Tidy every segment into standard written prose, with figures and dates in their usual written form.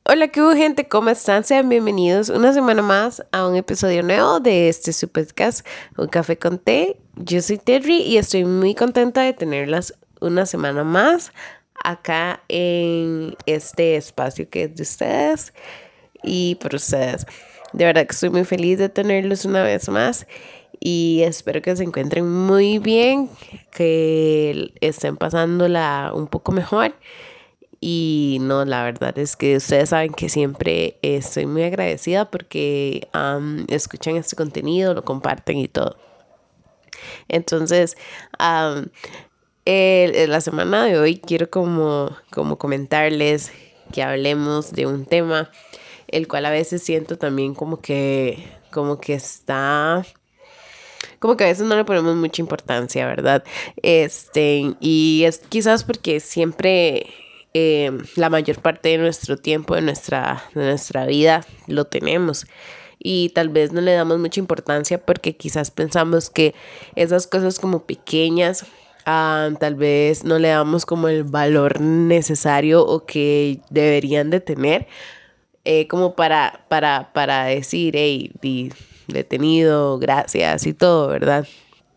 Hola, ¿qué hubo, gente? ¿Cómo están? Sean bienvenidos una semana más a un episodio nuevo de su podcast, Un Café con Té. Yo soy Terry y estoy muy contenta de tenerlas una semana más acá en este espacio que es de ustedes y por ustedes. De verdad que estoy muy feliz de tenerlos una vez más y espero que se encuentren muy bien, que estén pasándola un poco mejor. Y no, la verdad es que ustedes saben que siempre estoy muy agradecida porque escuchan este contenido, lo comparten y todo. Entonces, am, la semana de hoy quiero como comentarles que hablemos de un tema el cual a veces siento también como que está, como que a veces no le ponemos mucha importancia, ¿verdad? Y es quizás porque siempre la mayor parte de nuestro tiempo, de nuestra vida, lo tenemos. Y tal vez no le damos mucha importancia porque quizás pensamos que esas cosas como pequeñas, tal vez no le damos como el valor necesario o que deberían de tener, como para decir, hey, detenido, gracias y todo, ¿verdad?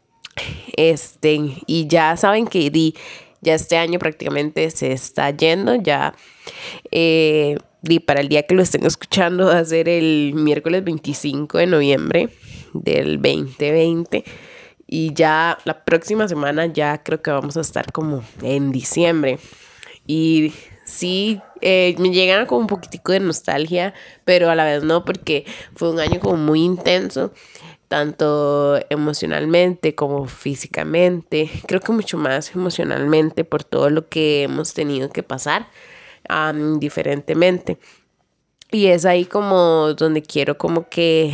Y ya saben que ya este año prácticamente se está yendo, ya para el día que lo estén escuchando va a ser el miércoles 25 de noviembre del 2020 y ya la próxima semana ya creo que vamos a estar como en diciembre. Y sí, me llegan como un poquitico de nostalgia, pero a la vez no, porque fue un año como muy intenso, tanto emocionalmente como físicamente. Creo que mucho más emocionalmente por todo lo que hemos tenido que pasar diferentemente. Y es ahí como donde quiero como que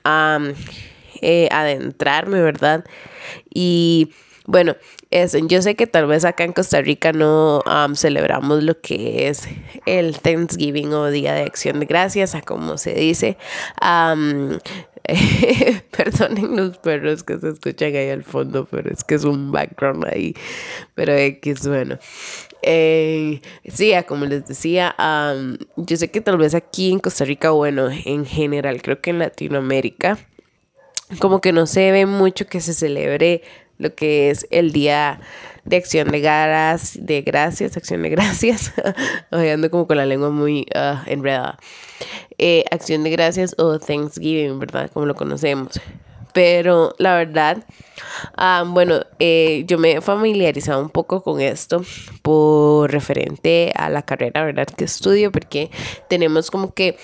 adentrarme, ¿verdad? Y bueno, yo sé que tal vez acá en Costa Rica no celebramos lo que es el Thanksgiving o Día de Acción de Gracias, a como se dice. Am, Perdonen los perros que se escuchan ahí al fondo, pero es que es un background ahí. Pero X, bueno. Sí, como les decía, yo sé que tal vez aquí en Costa Rica, bueno, en general, creo que en Latinoamérica, como que no se ve mucho que se celebre lo que es el Día de Acción de Gracias, Acción de Gracias. Hoy ando como con la lengua muy enredada. Acción de Gracias o Thanksgiving, ¿verdad? Como lo conocemos. Pero la verdad, bueno, yo me he familiarizado un poco con esto por referente a la carrera, ¿verdad? Que estudio, porque tenemos como que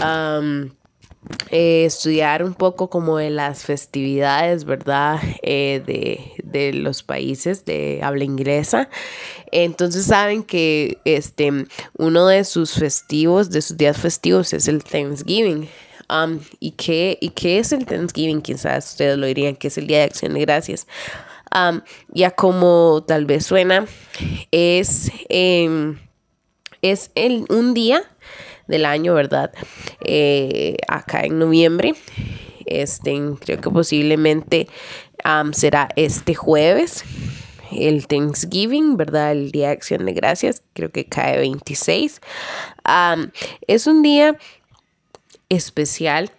estudiar un poco como de las festividades, ¿verdad? De los países de habla inglesa. Entonces saben que uno de sus festivos, de sus días festivos es el Thanksgiving. ¿Y qué es el Thanksgiving? Quizás ustedes lo dirían que es el Día de Acción de Gracias. Ya como tal vez suena, es, un día del año, ¿verdad? Acá en noviembre. Creo que posiblemente será este jueves, el Thanksgiving, ¿verdad? El Día de Acción de Gracias, creo que cae 26. Es un día especial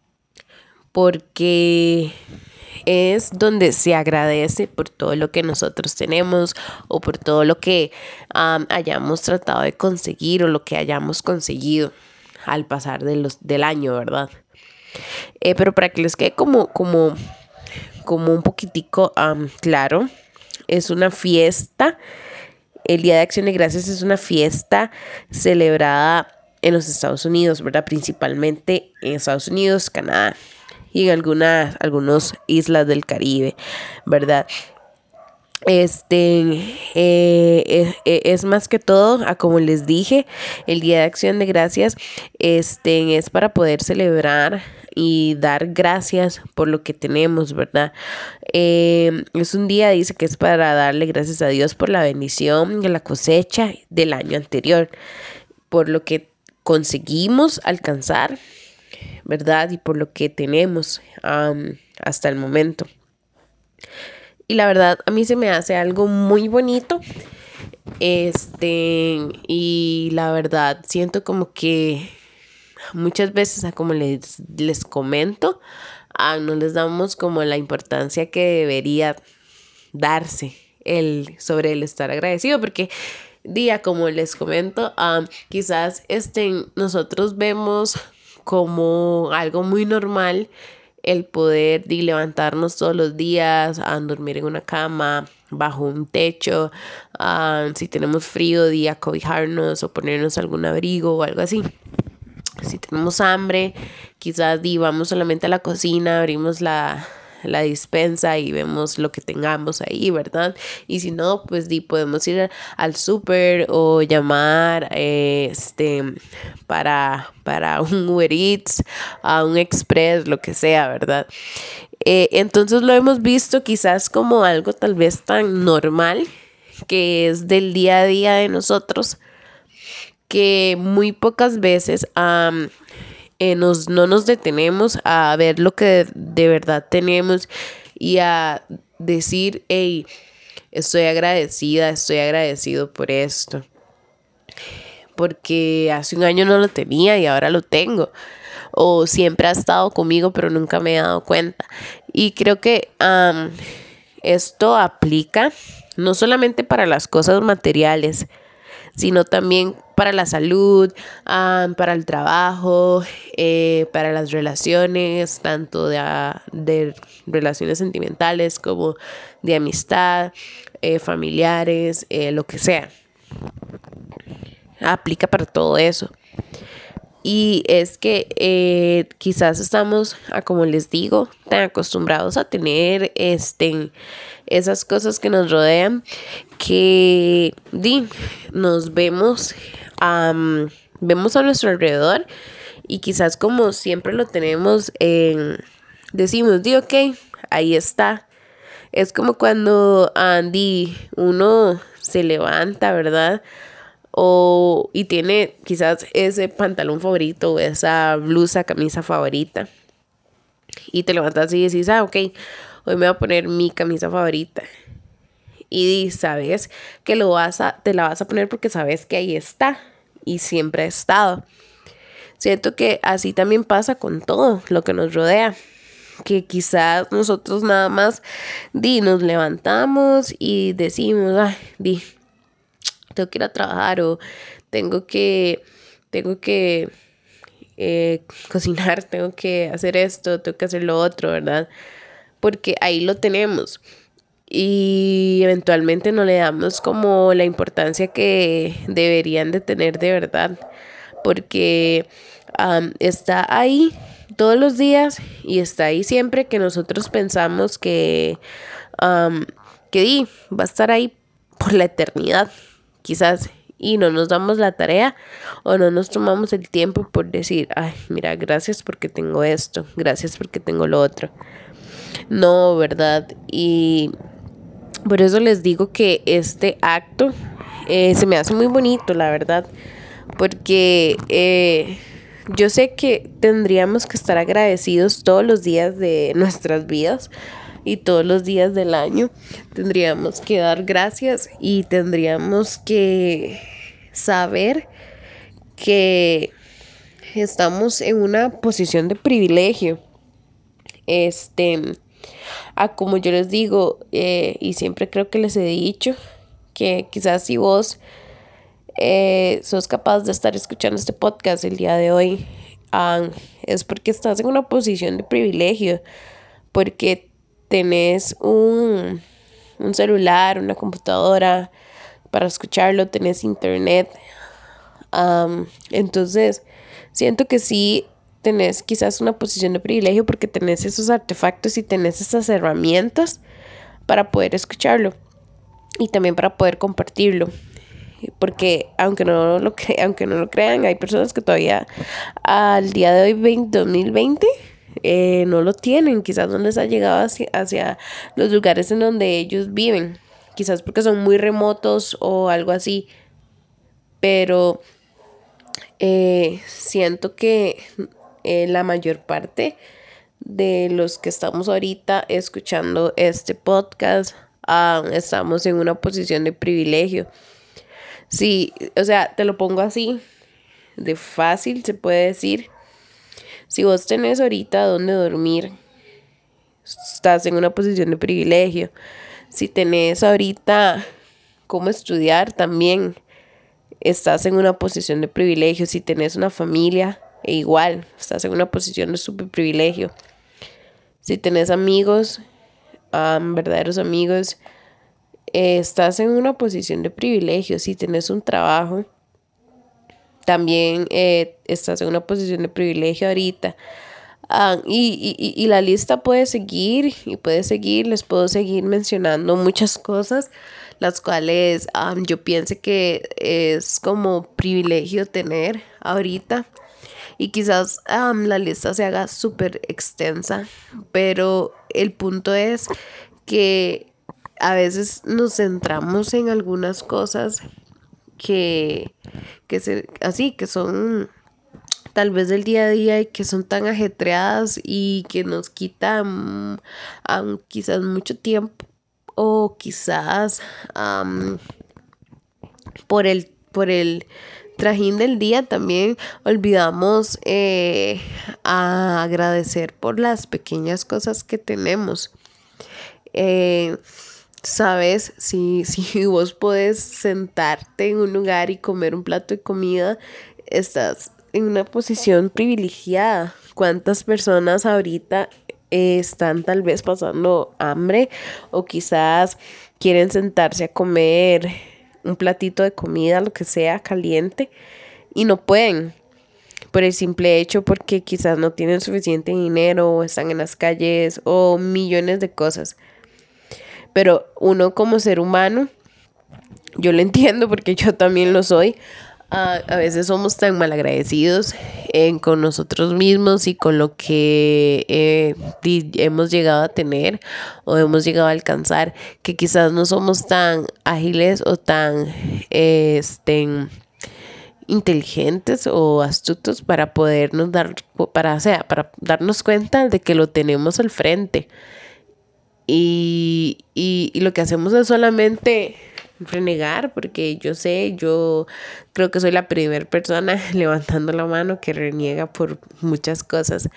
porque es donde se agradece por todo lo que nosotros tenemos o por todo lo que hayamos tratado de conseguir o lo que hayamos conseguido al pasar del año, ¿verdad? Pero para que les quede como un poquitico claro, es una fiesta. El Día de Acción de Gracias es una fiesta celebrada en los Estados Unidos, ¿verdad? Principalmente en Estados Unidos, Canadá y en algunas islas del Caribe, ¿verdad? Es más que todo, como les dije, el Día de Acción de Gracias, es para poder celebrar y dar gracias por lo que tenemos, ¿verdad? Es un día, dice que es para darle gracias a Dios por la bendición de la cosecha del año anterior, por lo que conseguimos alcanzar, ¿verdad? Y por lo que tenemos hasta el momento. Y la verdad, a mí se me hace algo muy bonito Y la verdad, siento como que muchas veces, como les comento, no les damos como la importancia que debería darse sobre el estar agradecido, porque día, como les comento, quizás nosotros vemos como algo muy normal el poder de levantarnos todos los días, a dormir en una cama, bajo un techo, si tenemos frío, acobijarnos o ponernos algún abrigo o algo así. Si tenemos hambre, quizás vamos solamente a la cocina, abrimos la despensa y vemos lo que tengamos ahí, ¿verdad? Y si no, pues podemos ir al súper o llamar para un Uber Eats, a un Express, lo que sea, ¿verdad? Entonces lo hemos visto quizás como algo tal vez tan normal, que es del día a día de nosotros, que muy pocas veces no nos detenemos a ver lo que de verdad tenemos y a decir, hey, estoy agradecida, estoy agradecido por esto. Porque hace un año no lo tenía y ahora lo tengo. O siempre ha estado conmigo, pero nunca me he dado cuenta. Y creo que esto aplica no solamente para las cosas materiales, sino también para la salud, para el trabajo, para las relaciones, tanto de relaciones sentimentales como de amistad, familiares, lo que sea. Aplica para todo eso. Y es que quizás estamos, como les digo, tan acostumbrados a tener esas cosas que nos rodean que nos vemos a nuestro alrededor y quizás como siempre lo tenemos, decimos, ok, ahí está. Es como cuando uno se levanta, ¿verdad? Y tiene quizás ese pantalón favorito o esa blusa, camisa favorita. Y te levantas y decís, ok, hoy me voy a poner mi camisa favorita. Y sabes que te la vas a poner porque sabes que ahí está y siempre ha estado. Siento que así también pasa con todo lo que nos rodea. Que quizás nosotros nada más nos levantamos y decimos, tengo que ir a trabajar o tengo que cocinar, tengo que hacer esto, tengo que hacer lo otro, ¿verdad? Porque ahí lo tenemos y eventualmente no le damos como la importancia que deberían de tener de verdad, porque está ahí todos los días y está ahí siempre, que nosotros pensamos que va a estar ahí por la eternidad, quizás, y no nos damos la tarea o no nos tomamos el tiempo por decir, mira, gracias porque tengo esto, gracias porque tengo lo otro. No, ¿verdad? Y por eso les digo que este acto se me hace muy bonito, la verdad, porque yo sé que tendríamos que estar agradecidos todos los días de nuestras vidas y todos los días del año. Tendríamos que dar gracias y tendríamos que saber que estamos en una posición de privilegio. Como yo les digo, y siempre creo que les he dicho, que quizás si vos sos capaz de estar escuchando este podcast el día de hoy, es porque estás en una posición de privilegio, porque tenés un celular, una computadora para escucharlo, tenés internet. Entonces, siento que sí tenés quizás una posición de privilegio porque tenés esos artefactos y tenés esas herramientas para poder escucharlo y también para poder compartirlo. Porque aunque no lo crean, hay personas que todavía al día de hoy, 2020, no lo tienen. Quizás no les ha llegado hacia los lugares en donde ellos viven. Quizás porque son muy remotos o algo así. Pero siento que la mayor parte de los que estamos ahorita escuchando este podcast, estamos en una posición de privilegio, Sí, o sea, te lo pongo así, de fácil se puede decir. Si vos tenés ahorita dónde dormir, estás en una posición de privilegio. Si tenés ahorita cómo estudiar, también estás en una posición de privilegio. Si tenés una familia, e igual, estás en una posición de súper privilegio. Si tenés amigos, verdaderos amigos, estás en una posición de privilegio. Si tenés un trabajo, también estás en una posición de privilegio ahorita. Y la lista puede seguir y puede seguir, les puedo seguir mencionando muchas cosas, las cuales yo pienso que es como privilegio tener ahorita. Y quizás la lista se haga súper extensa, pero el punto es que a veces nos centramos en algunas cosas que, que son tal vez del día a día y que son tan ajetreadas y que nos quitan quizás mucho tiempo o quizás por el trajín del día también olvidamos a agradecer por las pequeñas cosas que tenemos. Sabes, si vos podés sentarte en un lugar y comer un plato de comida, estás en una posición privilegiada. ¿Cuántas personas ahorita están tal vez pasando hambre o quizás quieren sentarse a comer un platito de comida, lo que sea, caliente, y no pueden por el simple hecho porque quizás no tienen suficiente dinero o están en las calles o millones de cosas? Pero uno como ser humano, yo lo entiendo porque yo también lo soy. A veces somos tan malagradecidos con nosotros mismos y con lo que hemos llegado a tener o hemos llegado a alcanzar, que quizás no somos tan ágiles o tan inteligentes o astutos para podernos para darnos cuenta de que lo tenemos al frente. Y lo que hacemos es solamente renegar, porque yo creo que soy la primera persona levantando la mano que reniega por muchas cosas.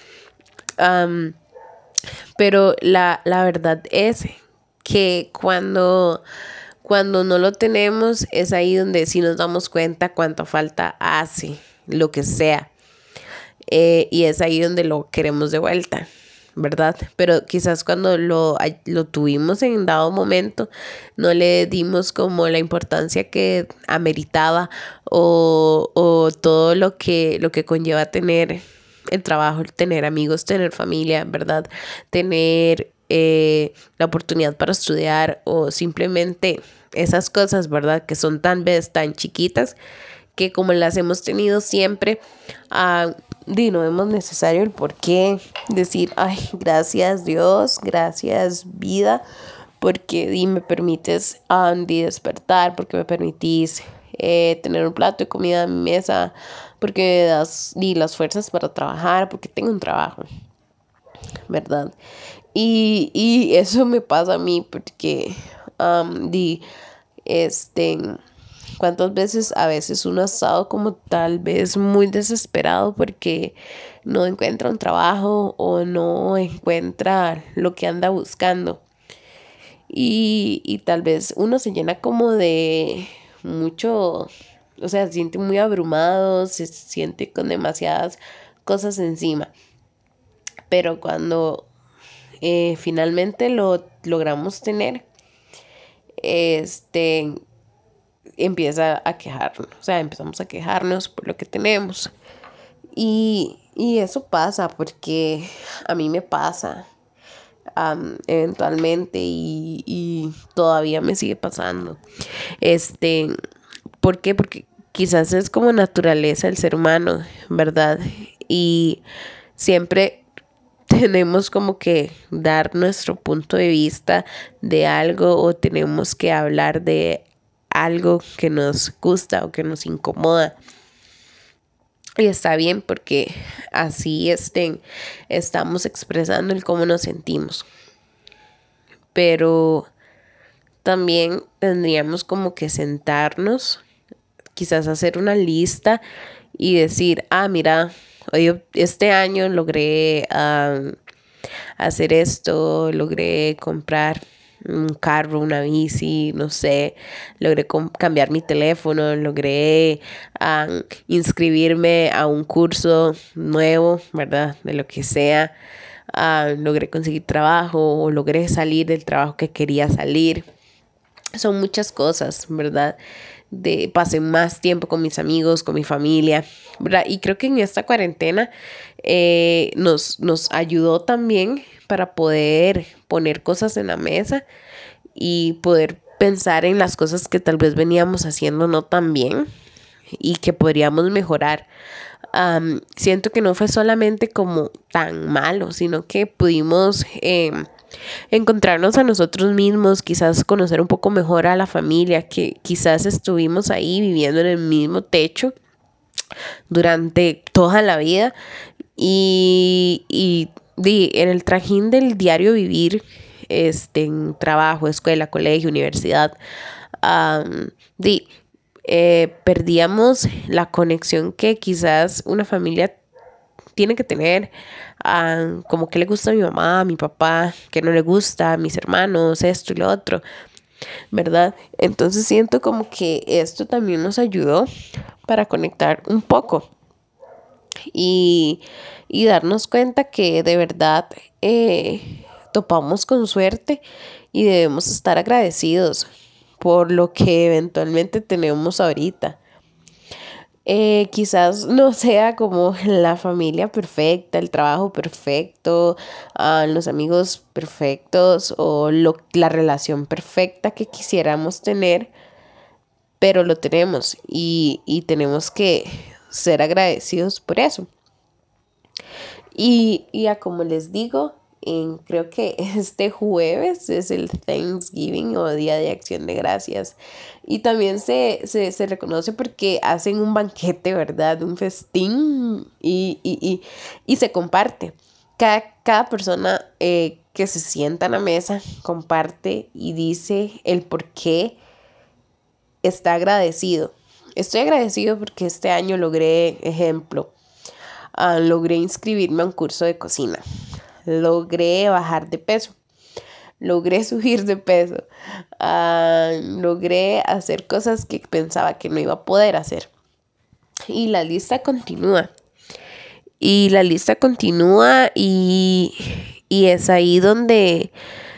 Pero la verdad es que cuando no lo tenemos es ahí donde sí nos damos cuenta cuánta falta hace, lo que sea. Y es ahí donde lo queremos de vuelta, ¿verdad? Pero quizás cuando lo tuvimos en dado momento, no le dimos como la importancia que ameritaba o todo lo que conlleva tener el trabajo, tener amigos, tener familia, ¿verdad? Tener la oportunidad para estudiar o simplemente esas cosas, ¿verdad? Que son tan chiquitas que como las hemos tenido siempre, no vemos necesario el por qué decir, ay, gracias Dios, gracias vida, porque me permites despertar, porque me permitís tener un plato de comida en mi mesa, porque me das las fuerzas para trabajar, porque tengo un trabajo, ¿verdad? Y eso me pasa a mí porque cuántas veces a veces uno ha estado como tal vez muy desesperado porque no encuentra un trabajo o no encuentra lo que anda buscando. Y tal vez uno se llena como de mucho, o sea, se siente muy abrumado, se siente con demasiadas cosas encima. Pero cuando finalmente lo logramos tener, empieza a quejarnos, o sea, empezamos a quejarnos por lo que tenemos. Y eso pasa porque a mí me pasa eventualmente y todavía me sigue pasando. ¿Por qué? Porque quizás es como naturaleza el ser humano, ¿verdad? Y siempre tenemos como que dar nuestro punto de vista de algo o tenemos que hablar de algo que nos gusta o que nos incomoda. Y está bien porque así estamos expresando el cómo nos sentimos. Pero también tendríamos como que sentarnos quizás hacer una lista y decir, mira, hoy este año logré hacer esto, logré comprar un carro, una bici, no sé, logré cambiar mi teléfono, logré inscribirme a un curso nuevo, ¿verdad? De lo que sea, logré conseguir trabajo o logré salir del trabajo que quería salir. Son muchas cosas, ¿verdad? Pasé más tiempo con mis amigos, con mi familia, ¿verdad? Y creo que en esta cuarentena nos ayudó también para poder poner cosas en la mesa y poder pensar en las cosas que tal vez veníamos haciendo no tan bien y que podríamos mejorar. Siento que no fue solamente como tan malo, sino que pudimos encontrarnos a nosotros mismos, quizás conocer un poco mejor a la familia, que quizás estuvimos ahí viviendo en el mismo techo durante toda la vida y en el trajín del diario vivir, en trabajo, escuela, colegio, universidad, perdíamos la conexión que quizás una familia tiene que tener, como que le gusta a mi mamá, a mi papá, que no le gusta, a mis hermanos, esto y lo otro, ¿verdad? Entonces siento como que esto también nos ayudó para conectar un poco y darnos cuenta que de verdad topamos con suerte y debemos estar agradecidos por lo que eventualmente tenemos ahorita. Quizás no sea como la familia perfecta, el trabajo perfecto, los amigos perfectos o la relación perfecta que quisiéramos tener, pero lo tenemos y tenemos que ser agradecidos por eso. Y ya como les digo, creo que este jueves es el Thanksgiving o Día de Acción de Gracias. Y también se reconoce porque hacen un banquete, ¿verdad? Un festín y se comparte. Cada persona que se sienta a la mesa comparte y dice el por qué está agradecido. Estoy agradecido porque este año logré, ejemplo, logré inscribirme a un curso de cocina. Logré bajar de peso. Logré subir de peso. Logré hacer cosas que pensaba que no iba a poder hacer. Y la lista continúa. Y es ahí donde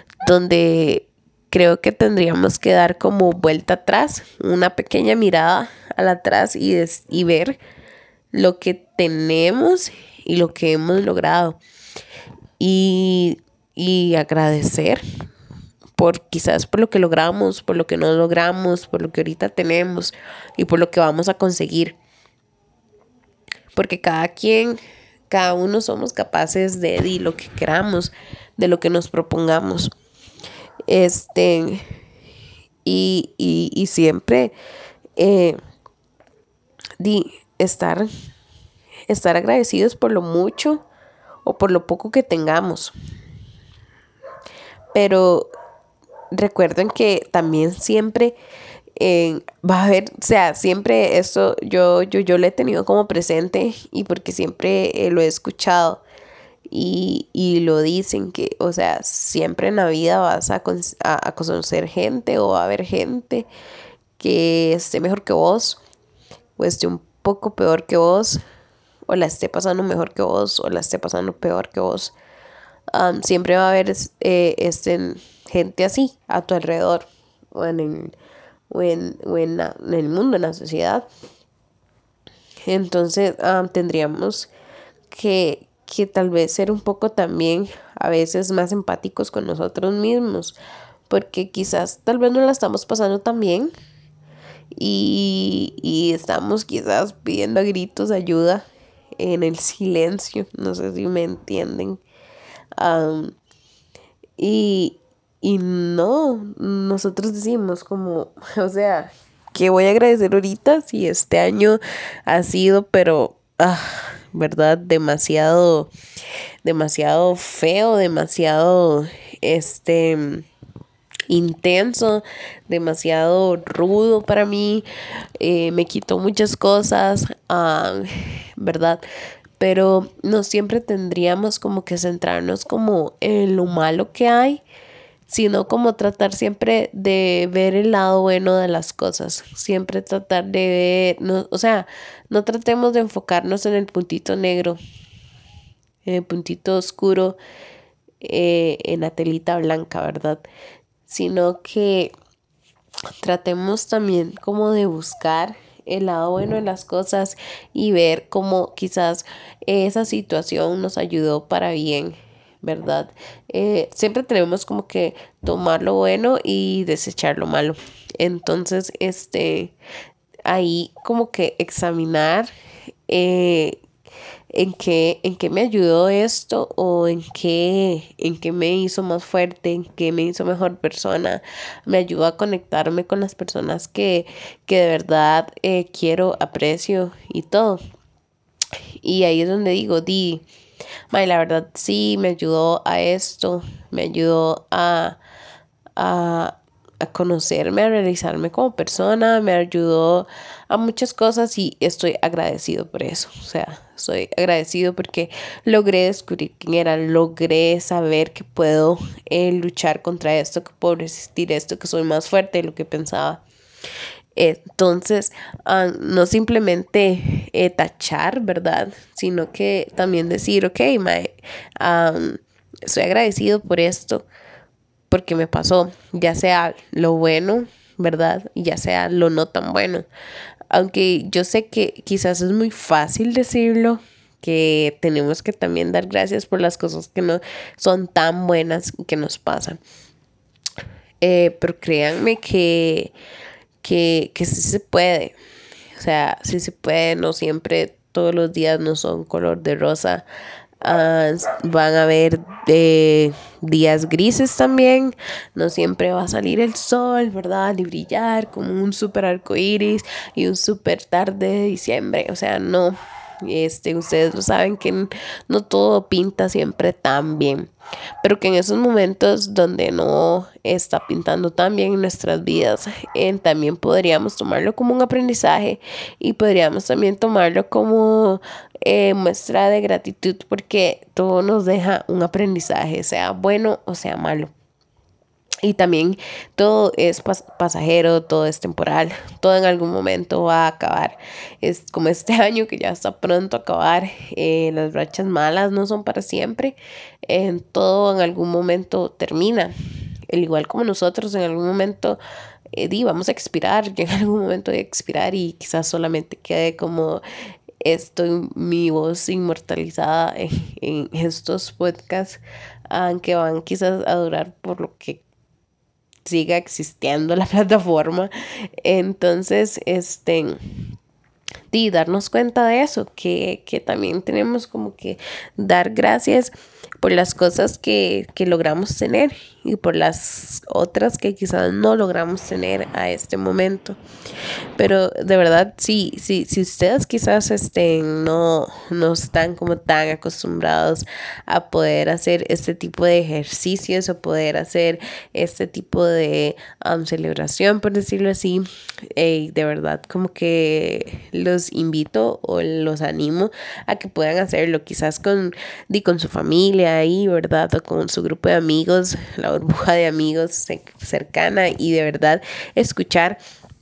creo que tendríamos que dar como vuelta atrás, una pequeña mirada al atrás y ver lo que tenemos y lo que hemos logrado. Y agradecer quizás por lo que logramos, por lo que no logramos, por lo que ahorita tenemos y por lo que vamos a conseguir. Porque cada uno somos capaces de lo que queramos, de lo que nos propongamos. Y siempre estar agradecidos por lo mucho o por lo poco que tengamos. Pero recuerden que también siempre va a haber, o sea, siempre esto yo lo he tenido como presente y porque siempre lo he escuchado y lo dicen que, o sea, siempre en la vida vas a conocer gente o va a haber gente que esté mejor que vos o esté un poco peor que vos o la esté pasando mejor que vos o la esté pasando peor que vos. Siempre va a haber gente así a tu alrededor o en el mundo, en la sociedad. Entonces tendríamos que tal vez ser un poco también a veces más empáticos con nosotros mismos, porque quizás tal vez no la estamos pasando tan bien y estamos quizás pidiendo a gritos ayuda en el silencio, no sé si me entienden. Y no, nosotros decimos como, o sea, que voy a agradecer ahorita si este año ha sido, pero, ¿verdad? Demasiado feo, demasiado, intenso, demasiado rudo para mí. Me quitó muchas cosas, ¿verdad? Pero no siempre tendríamos como que centrarnos como en lo malo que hay, sino como tratar siempre de ver el lado bueno de las cosas, siempre tratar de ver, no, o sea, no tratemos de enfocarnos en el puntito negro, en el puntito oscuro, en la telita blanca, ¿verdad? Sino que tratemos también como de buscar el lado bueno de las cosas y ver cómo quizás esa situación nos ayudó para bien, ¿verdad? Siempre tenemos como que tomar lo bueno y desechar lo malo. Entonces, ahí como que examinar eh, en qué me ayudó esto o en qué me hizo más fuerte, en qué me hizo mejor persona, me ayudó a conectarme con las personas que de verdad quiero, aprecio y todo. Y ahí es donde digo, mae, la verdad sí me ayudó a esto, me ayudó a, a conocerme, a realizarme como persona, me ayudó a muchas cosas y estoy agradecido por eso. O sea, estoy agradecido porque logré descubrir quién era, logré saber que puedo luchar contra esto, que puedo resistir esto, que soy más fuerte de lo que pensaba. Entonces, no simplemente tachar, ¿verdad? Sino que también decir, ok, mae, estoy agradecido por esto, porque me pasó, ya sea lo bueno, ¿verdad? Y ya sea lo no tan bueno. Aunque yo sé que quizás es muy fácil decirlo, que tenemos que también dar gracias por las cosas que no son tan buenas que nos pasan. Pero créanme que sí se puede. O sea, sí se puede, no siempre, todos los días no son color de rosa. Van a haber días grises también. No siempre va a salir el sol, ¿verdad? Y brillar como un super arco iris y un super tarde de diciembre. O sea, no. Ustedes lo saben que no todo pinta siempre tan bien, pero que en esos momentos donde no está pintando tan bien en nuestras vidas, también podríamos tomarlo como un aprendizaje y podríamos también tomarlo como muestra de gratitud porque todo nos deja un aprendizaje, sea bueno o sea malo. Y también todo es pasajero, todo es temporal, todo en algún momento va a acabar. Es como este año que ya está pronto a acabar. Las rachas malas no son para siempre. Todo en algún momento termina. El igual como nosotros en algún momento vamos a expirar. Yo en algún momento voy a expirar y quizás solamente quede como estoy mi voz inmortalizada en estos podcasts, aunque van quizás a durar por lo que siga existiendo la plataforma. Entonces, y darnos cuenta de eso, que también tenemos como que dar gracias por las cosas que logramos tener y por las otras que quizás no logramos tener a este momento. Pero de verdad, sí, si ustedes quizás no están como tan acostumbrados a poder hacer este tipo de ejercicios o poder hacer este tipo de celebración, por decirlo así, de verdad como que los invito o los animo a que puedan hacerlo, quizás con su familia ahí, ¿verdad? O con su grupo de amigos, la burbuja de amigos cercana y de verdad escuchar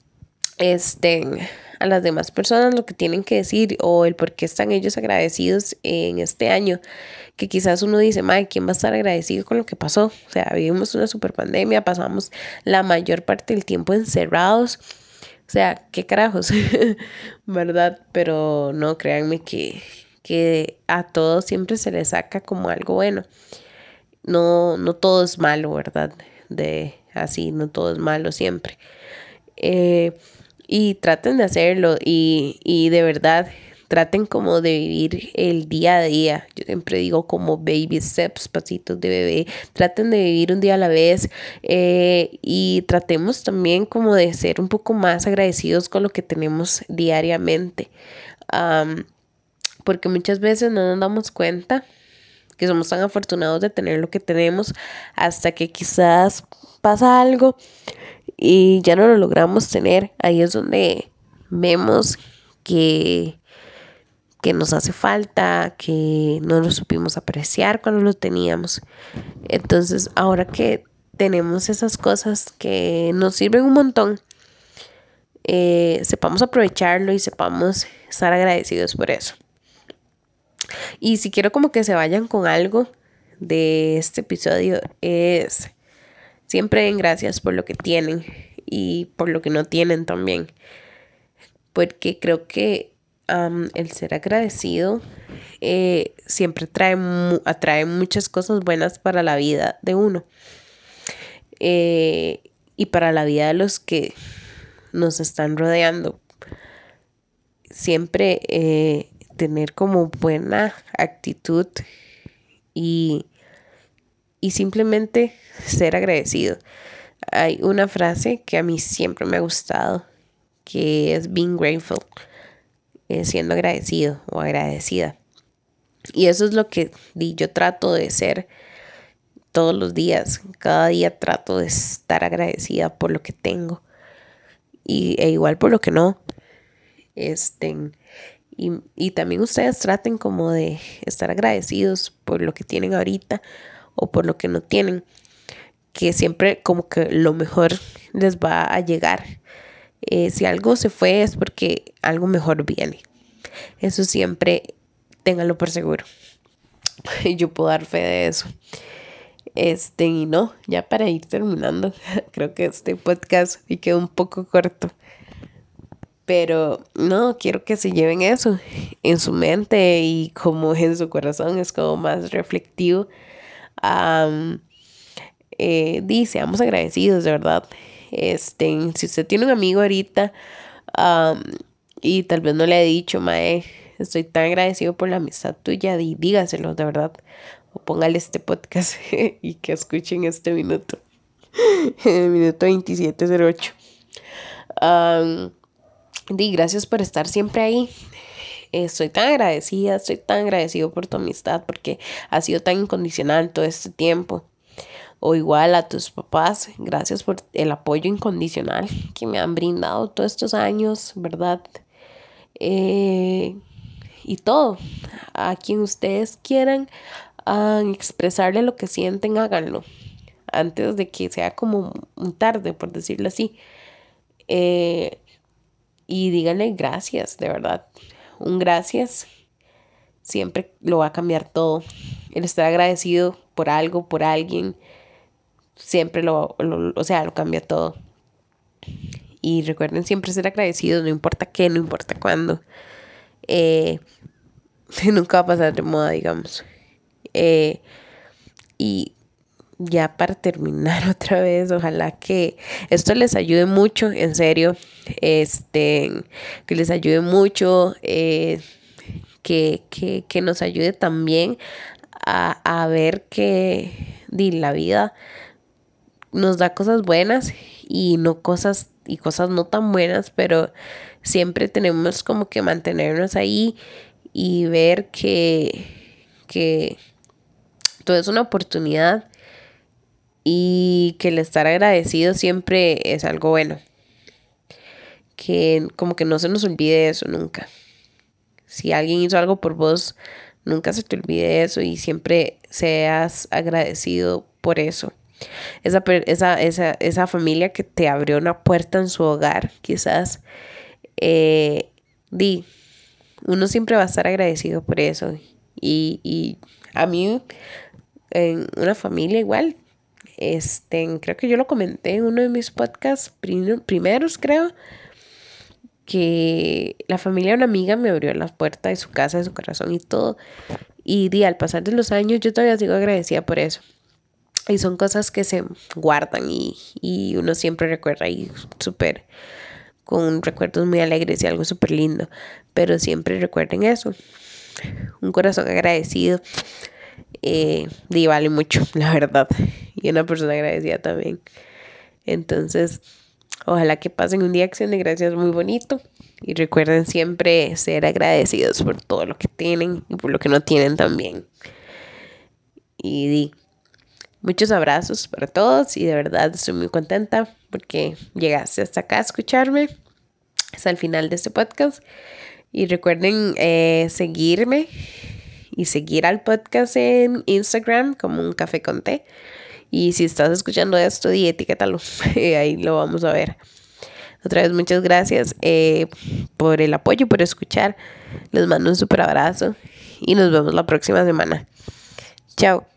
a las demás personas lo que tienen que decir o el por qué están ellos agradecidos en este año, que quizás uno dice, madre, ¿quién va a estar agradecido con lo que pasó? O sea, vivimos una super pandemia, pasamos la mayor parte del tiempo encerrados, o sea, qué carajos, ¿verdad? Pero no, créanme que a todos siempre se les saca como algo bueno. No todo es malo, ¿verdad? No todo es malo siempre. Y traten de hacerlo y de verdad traten como de vivir el día a día. Yo siempre digo como baby steps, pasitos de bebé. Traten de vivir un día a la vez y tratemos también como de ser un poco más agradecidos con lo que tenemos diariamente. Porque muchas veces no nos damos cuenta que somos tan afortunados de tener lo que tenemos hasta que quizás pasa algo y ya no lo logramos tener. Ahí es donde vemos que nos hace falta, que no lo supimos apreciar cuando lo teníamos. Entonces, ahora que tenemos esas cosas que nos sirven un montón, sepamos aprovecharlo y sepamos estar agradecidos por eso. Y si quiero como que se vayan con algo de este episodio, es siempre den gracias por lo que tienen y por lo que no tienen también, porque creo que el ser agradecido siempre atrae muchas cosas buenas para la vida de uno, y para la vida de los que nos están rodeando. Siempre tener como buena actitud y simplemente ser agradecido. Hay una frase que a mí siempre me ha gustado, que es being grateful, siendo agradecido o agradecida. Y eso es lo que yo trato de ser todos los días. Cada día trato de estar agradecida por lo que tengo e igual por lo que no. Y también ustedes traten como de estar agradecidos por lo que tienen ahorita o por lo que no tienen, que siempre como que lo mejor les va a llegar. Si algo se fue es porque algo mejor viene. Eso siempre ténganlo por seguro. Yo puedo dar fe de eso. Y no, ya para ir terminando, creo que este podcast me quedó un poco corto. Pero no, quiero que se lleven eso en su mente y como en su corazón, es como más reflectivo. Seamos agradecidos, de verdad. Si usted tiene un amigo ahorita y tal vez no le he dicho, mae, estoy tan agradecido por la amistad tuya, dígaselo, de verdad. O póngale este podcast y que escuchen este minuto. El minuto 27:08. Gracias por estar siempre ahí. Estoy tan agradecido por tu amistad porque ha sido tan incondicional todo este tiempo. O igual a tus papás, gracias por el apoyo incondicional que me han brindado todos estos años, ¿verdad? Y todo, a quien ustedes quieran expresarle lo que sienten, háganlo antes de que sea como un tarde, por decirlo así. Y díganle gracias, de verdad. Un gracias siempre lo va a cambiar todo. El estar agradecido por algo, por alguien, siempre lo cambia todo. Y recuerden siempre ser agradecidos, no importa qué, no importa cuándo. Nunca va a pasar de moda, digamos. Y ya para terminar otra vez, ojalá que esto les ayude mucho, en serio. Que les ayude mucho. Que nos ayude también a ver que la vida nos da cosas buenas y cosas no tan buenas, pero siempre tenemos como que mantenernos ahí y ver que todo es una oportunidad y que el estar agradecido siempre es algo bueno. Que como que no se nos olvide eso nunca. Si alguien hizo algo por vos, nunca se te olvide eso y siempre seas agradecido por eso. Esa familia que te abrió una puerta en su hogar, quizás, uno siempre va a estar agradecido por eso. Y a mí, en una familia igual, creo que yo lo comenté en uno de mis podcasts primeros, creo, que la familia de una amiga me abrió la puerta de su casa, de su corazón y todo. Y al pasar de los años yo todavía sigo agradecida por eso. Y son cosas que se guardan y uno siempre recuerda y súper con recuerdos muy alegres y algo súper lindo. Pero siempre recuerden eso. Un corazón agradecido vale mucho, la verdad. Y una persona agradecida también. Entonces, ojalá que pasen un día de acción de gracias muy bonito. Y recuerden siempre ser agradecidos por todo lo que tienen y por lo que no tienen también. muchos abrazos para todos y de verdad estoy muy contenta porque llegaste hasta acá a escucharme hasta el final de este podcast. Y recuerden seguirme y seguir al podcast en Instagram como Un Café con Té. Y si estás escuchando esto, etiquétalo. Ahí lo vamos a ver. Otra vez, muchas gracias por el apoyo, por escuchar. Les mando un súper abrazo y nos vemos la próxima semana. Chao.